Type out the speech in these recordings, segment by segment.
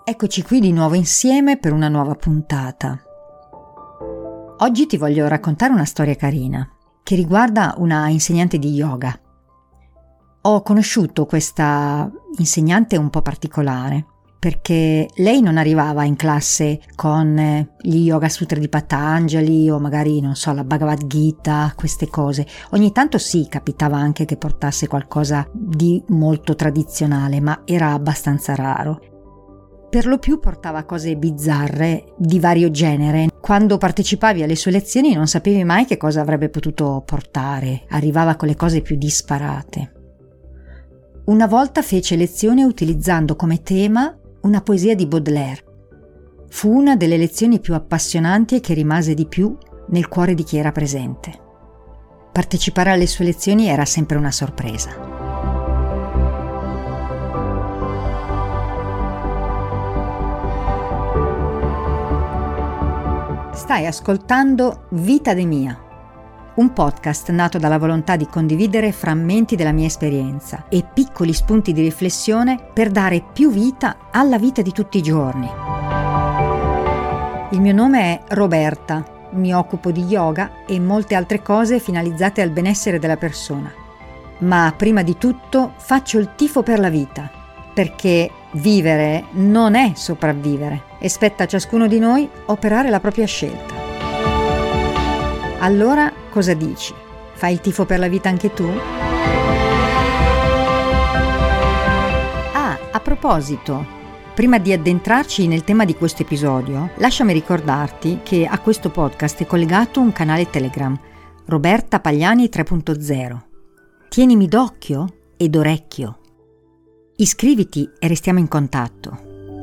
Eccoci qui di nuovo insieme per una nuova puntata. Oggi ti voglio raccontare una storia carina che riguarda una insegnante di yoga. Ho conosciuto questa insegnante un po' particolare perché lei non arrivava in classe con gli Yoga Sutra di Patanjali o magari, non so, la Bhagavad Gita, queste cose. Ogni tanto sì, capitava anche che portasse qualcosa di molto tradizionale, ma era abbastanza raro. Per lo più portava cose bizzarre di vario genere. Quando partecipavi alle sue lezioni non sapevi mai che cosa avrebbe potuto portare, arrivava con le cose più disparate. Una volta fece lezione utilizzando come tema una poesia di Baudelaire. Fu una delle lezioni più appassionanti e che rimase di più nel cuore di chi era presente. Partecipare alle sue lezioni era sempre una sorpresa. Stai ascoltando Vita de Mia, un podcast nato dalla volontà di condividere frammenti della mia esperienza e piccoli spunti di riflessione per dare più vita alla vita di tutti i giorni. Il mio nome è Roberta, mi occupo di yoga e molte altre cose finalizzate al benessere della persona. Ma prima di tutto faccio il tifo per la vita, perché vivere non è sopravvivere e spetta a ciascuno di noi operare la propria scelta. Allora, cosa dici? Fai il tifo per la vita anche tu? A proposito, prima di addentrarci nel tema di questo episodio, lasciami ricordarti che a questo podcast è collegato un canale Telegram, Roberta Pagliani 3.0. Tienimi d'occhio ed orecchio. Iscriviti e restiamo in contatto.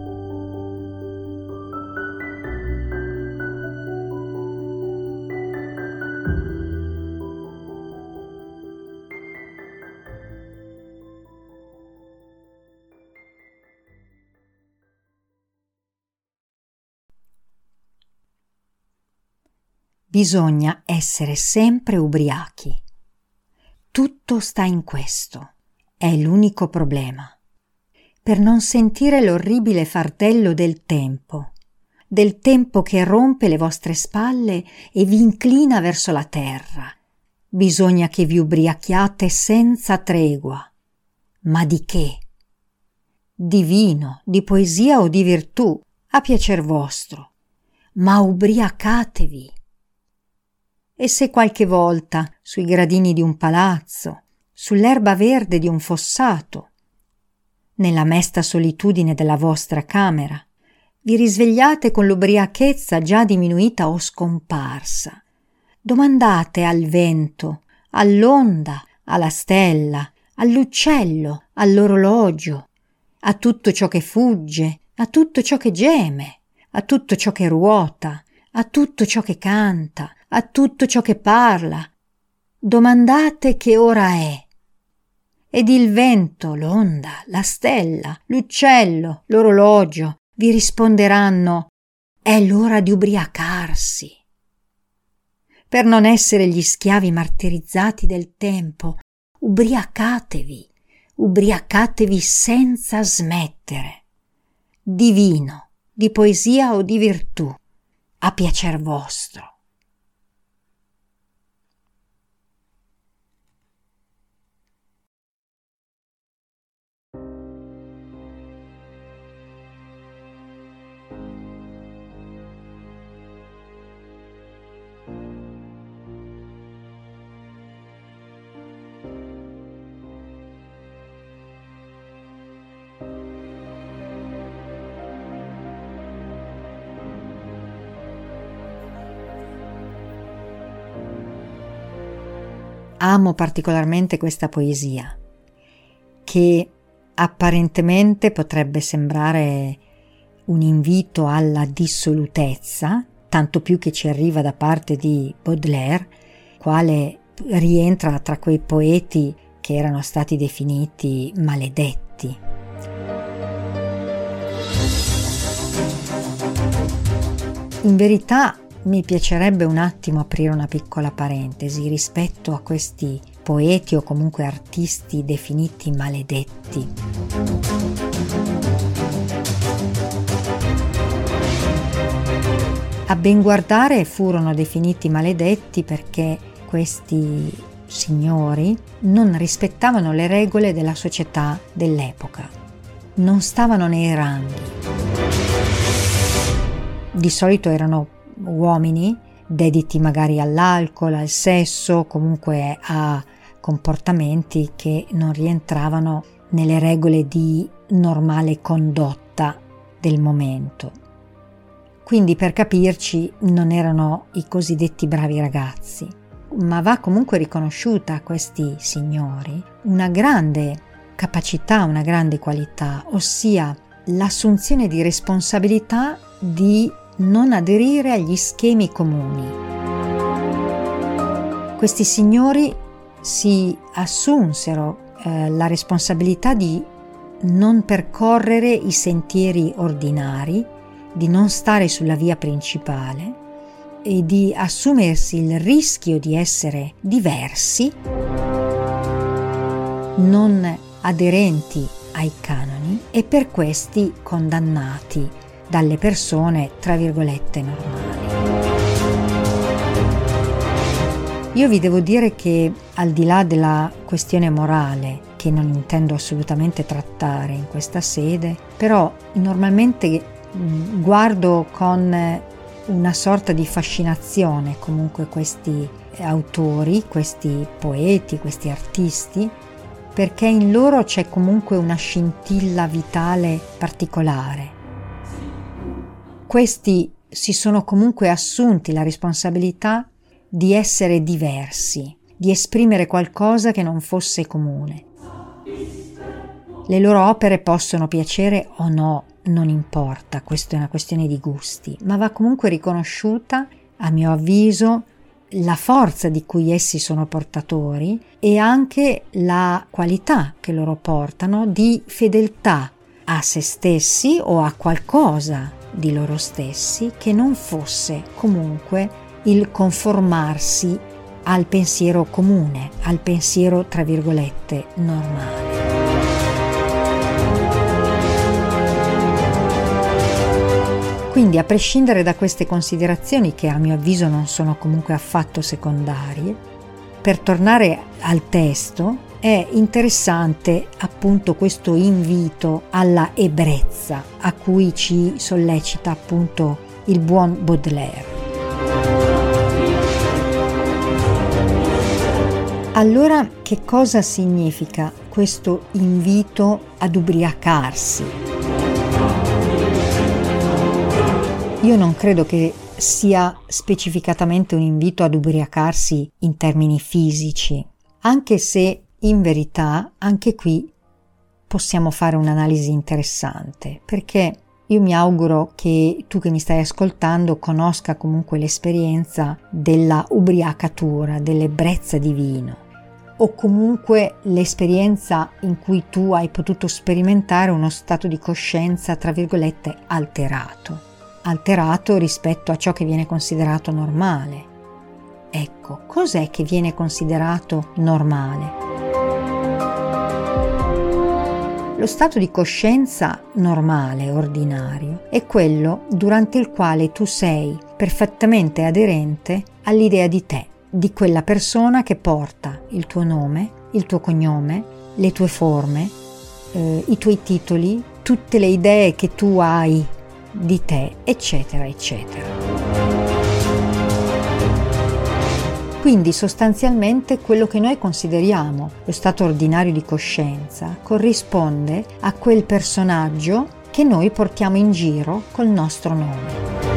Bisogna essere sempre ubriachi. Tutto sta in questo. È l'unico problema. Per non sentire l'orribile fardello del tempo che rompe le vostre spalle e vi inclina verso la terra, bisogna che vi ubriachiate senza tregua. Ma di che? Di vino, di poesia o di virtù, a piacer vostro, ma ubriacatevi. E se qualche volta sui gradini di un palazzo, sull'erba verde di un fossato, nella mesta solitudine della vostra camera, vi risvegliate con l'ubriachezza già diminuita o scomparsa, domandate al vento, all'onda, alla stella, all'uccello, all'orologio, a tutto ciò che fugge, a tutto ciò che geme, a tutto ciò che ruota, a tutto ciò che canta, a tutto ciò che parla. Domandate che ora è. Ed il vento, l'onda, la stella, l'uccello, l'orologio vi risponderanno: è l'ora di ubriacarsi. Per non essere gli schiavi martirizzati del tempo, ubriacatevi senza smettere. Di vino, di poesia o di virtù, a piacer vostro. Amo particolarmente questa poesia, che apparentemente potrebbe sembrare un invito alla dissolutezza, tanto più che ci arriva da parte di Baudelaire, quale rientra tra quei poeti che erano stati definiti maledetti. In verità mi piacerebbe un attimo aprire una piccola parentesi rispetto a questi poeti o comunque artisti definiti maledetti. A ben guardare furono definiti maledetti perché questi signori non rispettavano le regole della società dell'epoca, non stavano nei ranghi. Di solito erano uomini dediti magari all'alcol, al sesso, comunque a comportamenti che non rientravano nelle regole di normale condotta del momento. Quindi, per capirci, non erano i cosiddetti bravi ragazzi, ma va comunque riconosciuta a questi signori una grande capacità, una grande qualità, ossia l'assunzione di responsabilità di non aderire agli schemi comuni. Questi signori si assunsero la responsabilità di non percorrere i sentieri ordinari, di non stare sulla via principale e di assumersi il rischio di essere diversi, non aderenti ai canoni e per questi condannati dalle persone tra virgolette normali. Io vi devo dire che al di là della questione morale, che non intendo assolutamente trattare in questa sede, però normalmente guardo con una sorta di fascinazione comunque questi autori, questi poeti, questi artisti, perché in loro c'è comunque una scintilla vitale particolare. Questi si sono comunque assunti la responsabilità di essere diversi, di esprimere qualcosa che non fosse comune. Le loro opere possono piacere o no, non importa, questa è una questione di gusti, ma va comunque riconosciuta, a mio avviso, la forza di cui essi sono portatori e anche la qualità che loro portano di fedeltà a se stessi o a qualcosa di loro stessi che non fosse comunque il conformarsi al pensiero comune, al pensiero tra virgolette normale. Quindi, a prescindere da queste considerazioni, che a mio avviso non sono comunque affatto secondarie, per tornare al testo, è interessante appunto questo invito alla ebbrezza a cui ci sollecita appunto il buon Baudelaire. Allora, che cosa significa questo invito ad ubriacarsi? Io non credo che sia specificatamente un invito ad ubriacarsi in termini fisici, anche se in verità anche qui possiamo fare un'analisi interessante, perché io mi auguro che tu che mi stai ascoltando conosca comunque l'esperienza della ubriacatura, dell'ebbrezza di vino, o comunque l'esperienza in cui tu hai potuto sperimentare uno stato di coscienza tra virgolette alterato rispetto a ciò che viene considerato normale. Ecco, cos'è che viene considerato normale? Lo stato di coscienza normale, ordinario, è quello durante il quale tu sei perfettamente aderente all'idea di te, di quella persona che porta il tuo nome, il tuo cognome, le tue forme, i tuoi titoli, tutte le idee che tu hai di te, eccetera, eccetera. Quindi sostanzialmente quello che noi consideriamo lo stato ordinario di coscienza corrisponde a quel personaggio che noi portiamo in giro col nostro nome.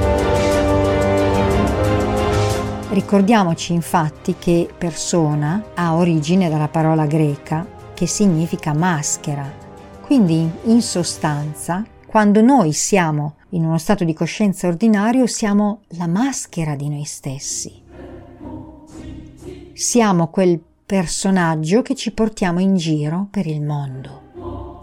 Ricordiamoci infatti che persona ha origine dalla parola greca che significa maschera, quindi in sostanza quando noi siamo in uno stato di coscienza ordinario siamo la maschera di noi stessi. Siamo quel personaggio che ci portiamo in giro per il mondo.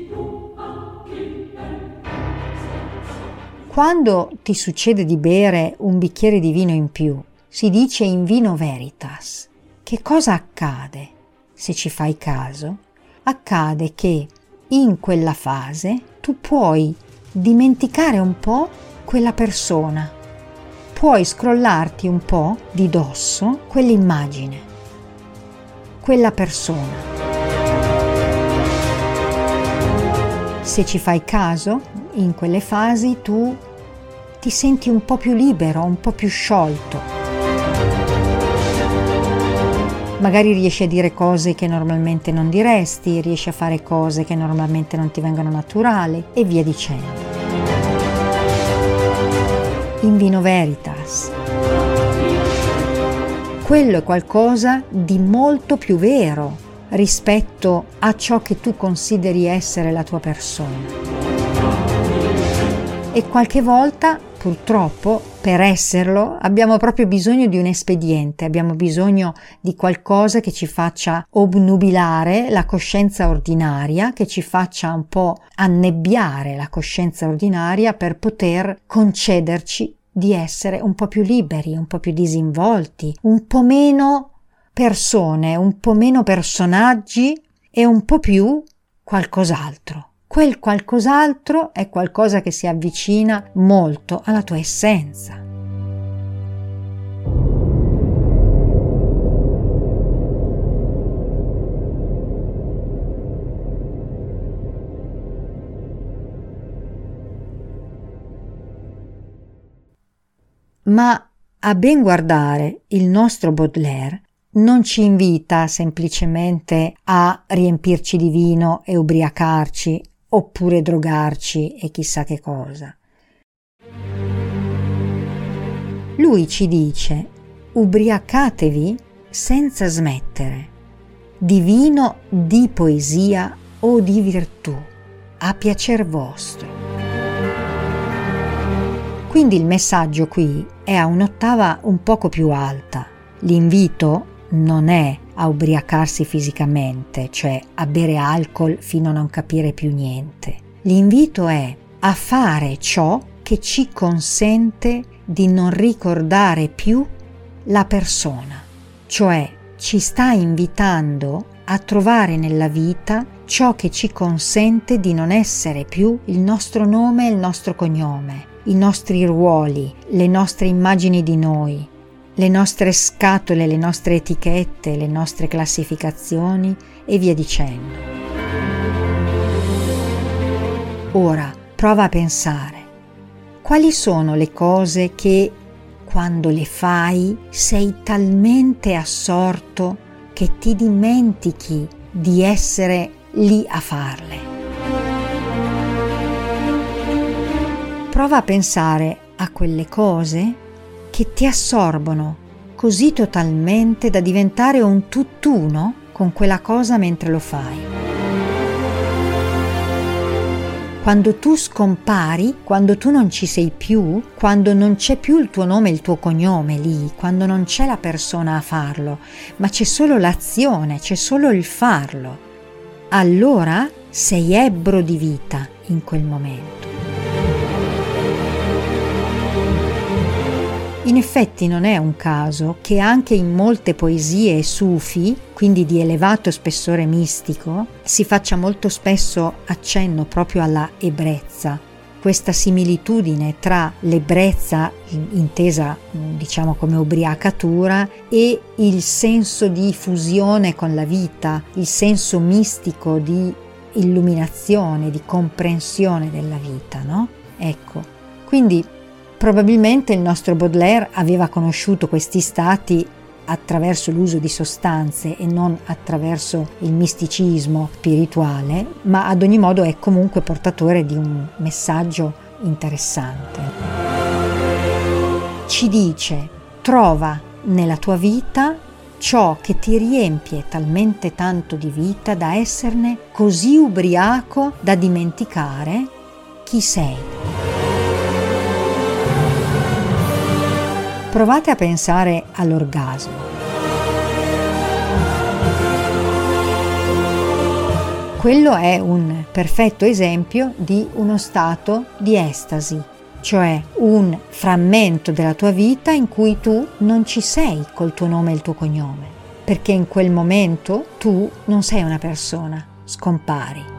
Quando ti succede di bere un bicchiere di vino in più, si dice in vino veritas. Che cosa accade? Se ci fai caso, accade che in quella fase tu puoi dimenticare un po' quella persona puoi scrollarti un po' di dosso quell'immagine, quella persona. Se ci fai caso, in quelle fasi tu ti senti un po' più libero, un po' più sciolto. Magari riesci a dire cose che normalmente non diresti, riesci a fare cose che normalmente non ti vengono naturali e via dicendo. In vino veritas. Quello è qualcosa di molto più vero rispetto a ciò che tu consideri essere la tua persona. E qualche volta, purtroppo, per esserlo, abbiamo proprio bisogno di un espediente, abbiamo bisogno di qualcosa che ci faccia obnubilare la coscienza ordinaria, che ci faccia un po' annebbiare la coscienza ordinaria per poter concederci di essere un po' più liberi, un po' più disinvolti, un po' meno persone, un po' meno personaggi e un po' più qualcos'altro. Quel qualcos'altro è qualcosa che si avvicina molto alla tua essenza. Ma a ben guardare, il nostro Baudelaire non ci invita semplicemente a riempirci di vino e ubriacarci oppure drogarci e chissà che cosa. Lui ci dice: ubriacatevi senza smettere, di vino, di poesia o di virtù, a piacer vostro. Quindi il messaggio qui è a un'ottava un poco più alta. L'invito non è a ubriacarsi fisicamente, cioè a bere alcol fino a non capire più niente. L'invito è a fare ciò che ci consente di non ricordare più la persona, cioè ci sta invitando a trovare nella vita ciò che ci consente di non essere più il nostro nome e il nostro cognome, i nostri ruoli, le nostre immagini di noi, le nostre scatole, le nostre etichette, le nostre classificazioni e via dicendo. Ora prova a pensare, quali sono le cose che quando le fai sei talmente assorto che ti dimentichi di essere lì a farle? Prova a pensare a quelle cose che ti assorbono così totalmente da diventare un tutt'uno con quella cosa mentre lo fai. Quando tu scompari, quando tu non ci sei più, quando non c'è più il tuo nome e il tuo cognome lì, quando non c'è la persona a farlo, ma c'è solo l'azione, c'è solo il farlo, allora sei ebbro di vita in quel momento. In effetti non è un caso che anche in molte poesie sufi, quindi di elevato spessore mistico, si faccia molto spesso accenno proprio alla ebbrezza, questa similitudine tra l'ebbrezza intesa diciamo come ubriacatura e il senso di fusione con la vita, il senso mistico di illuminazione, di comprensione della vita, no? Ecco, quindi probabilmente il nostro Baudelaire aveva conosciuto questi stati attraverso l'uso di sostanze e non attraverso il misticismo spirituale, ma ad ogni modo è comunque portatore di un messaggio interessante. Ci dice: trova nella tua vita ciò che ti riempie talmente tanto di vita da esserne così ubriaco da dimenticare chi sei. Provate a pensare all'orgasmo. Quello è un perfetto esempio di uno stato di estasi, cioè un frammento della tua vita in cui tu non ci sei col tuo nome e il tuo cognome, perché in quel momento tu non sei una persona, scompari.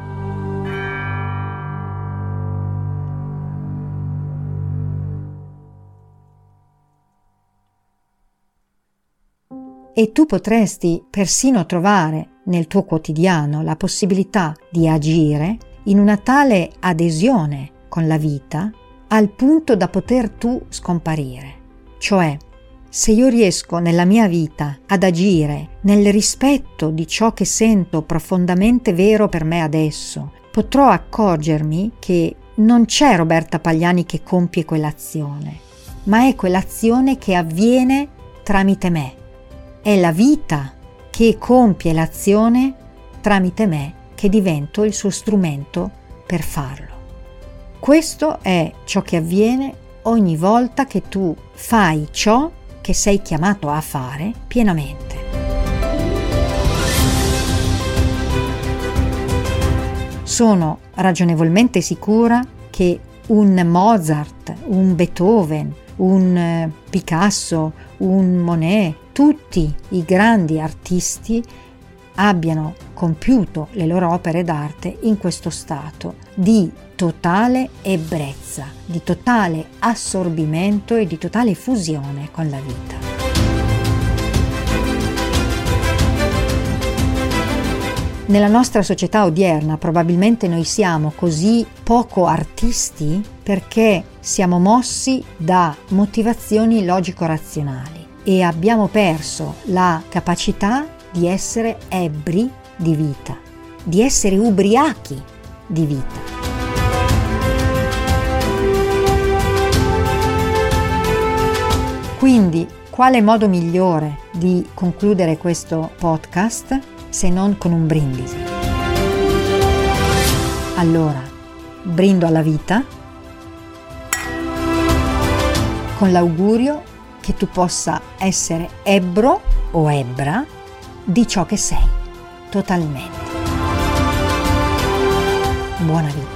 e tu potresti persino trovare nel tuo quotidiano la possibilità di agire in una tale adesione con la vita al punto da poter tu scomparire. Cioè, se io riesco nella mia vita ad agire nel rispetto di ciò che sento profondamente vero per me adesso, potrò accorgermi che non c'è Roberta Pagliani che compie quell'azione, ma è quell'azione che avviene tramite me. È la vita che compie l'azione tramite me, che divento il suo strumento per farlo. Questo è ciò che avviene ogni volta che tu fai ciò che sei chiamato a fare pienamente. Sono ragionevolmente sicura che un Mozart, un Beethoven, un Picasso, un Monet, tutti i grandi artisti abbiano compiuto le loro opere d'arte in questo stato di totale ebbrezza, di totale assorbimento e di totale fusione con la vita. Nella nostra società odierna probabilmente noi siamo così poco artisti perché siamo mossi da motivazioni logico-razionali e abbiamo perso la capacità di essere ebbri di vita, di essere ubriachi di vita. Quindi, quale modo migliore di concludere questo podcast se non con un brindisi? Allora, brindo alla vita con l'augurio che tu possa essere ebbro o ebbra di ciò che sei, totalmente. Buona vita.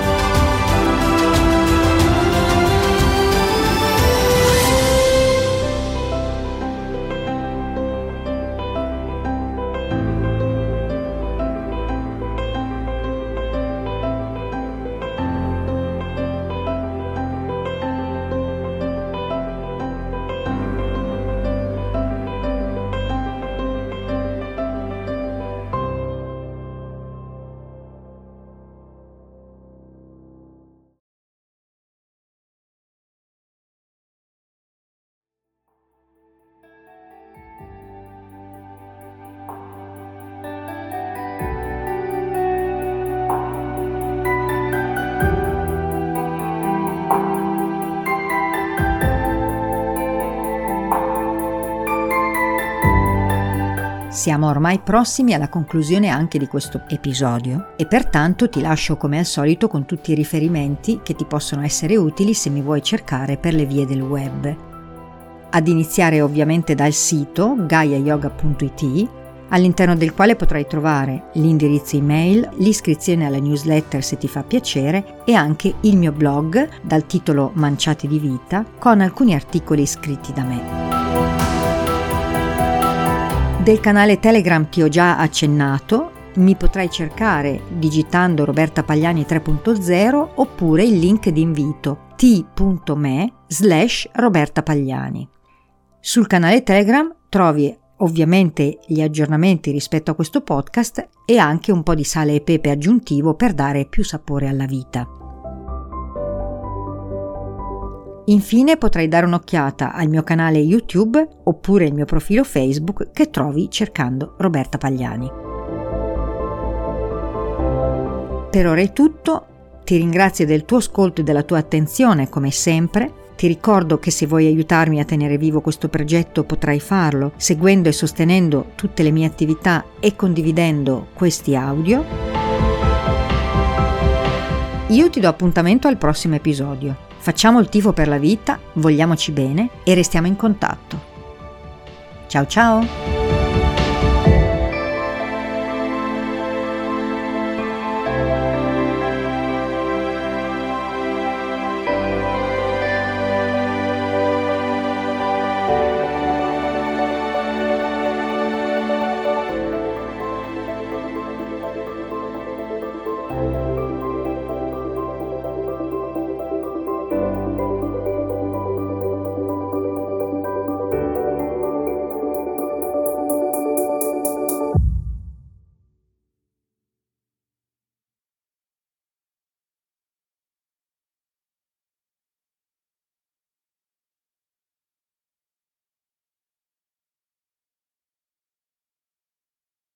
Siamo ormai prossimi alla conclusione anche di questo episodio e pertanto ti lascio come al solito con tutti i riferimenti che ti possono essere utili se mi vuoi cercare per le vie del web. Ad iniziare ovviamente dal sito gaiayoga.it, all'interno del quale potrai trovare l'indirizzo email, l'iscrizione alla newsletter se ti fa piacere e anche il mio blog dal titolo Manciati di vita con alcuni articoli scritti da me. Del canale Telegram ti ho già accennato, mi potrai cercare digitando Roberta Pagliani 3.0 oppure il link di invito t.me/Roberta Pagliani. Sul canale Telegram trovi ovviamente gli aggiornamenti rispetto a questo podcast e anche un po' di sale e pepe aggiuntivo per dare più sapore alla vita. Infine potrai dare un'occhiata al mio canale YouTube oppure il mio profilo Facebook che trovi cercando Roberta Pagliani. Per ora è tutto, ti ringrazio del tuo ascolto e della tua attenzione come sempre. Ti ricordo che se vuoi aiutarmi a tenere vivo questo progetto potrai farlo seguendo e sostenendo tutte le mie attività e condividendo questi audio. Io ti do appuntamento al prossimo episodio. Facciamo il tifo per la vita, vogliamoci bene e restiamo in contatto. Ciao ciao!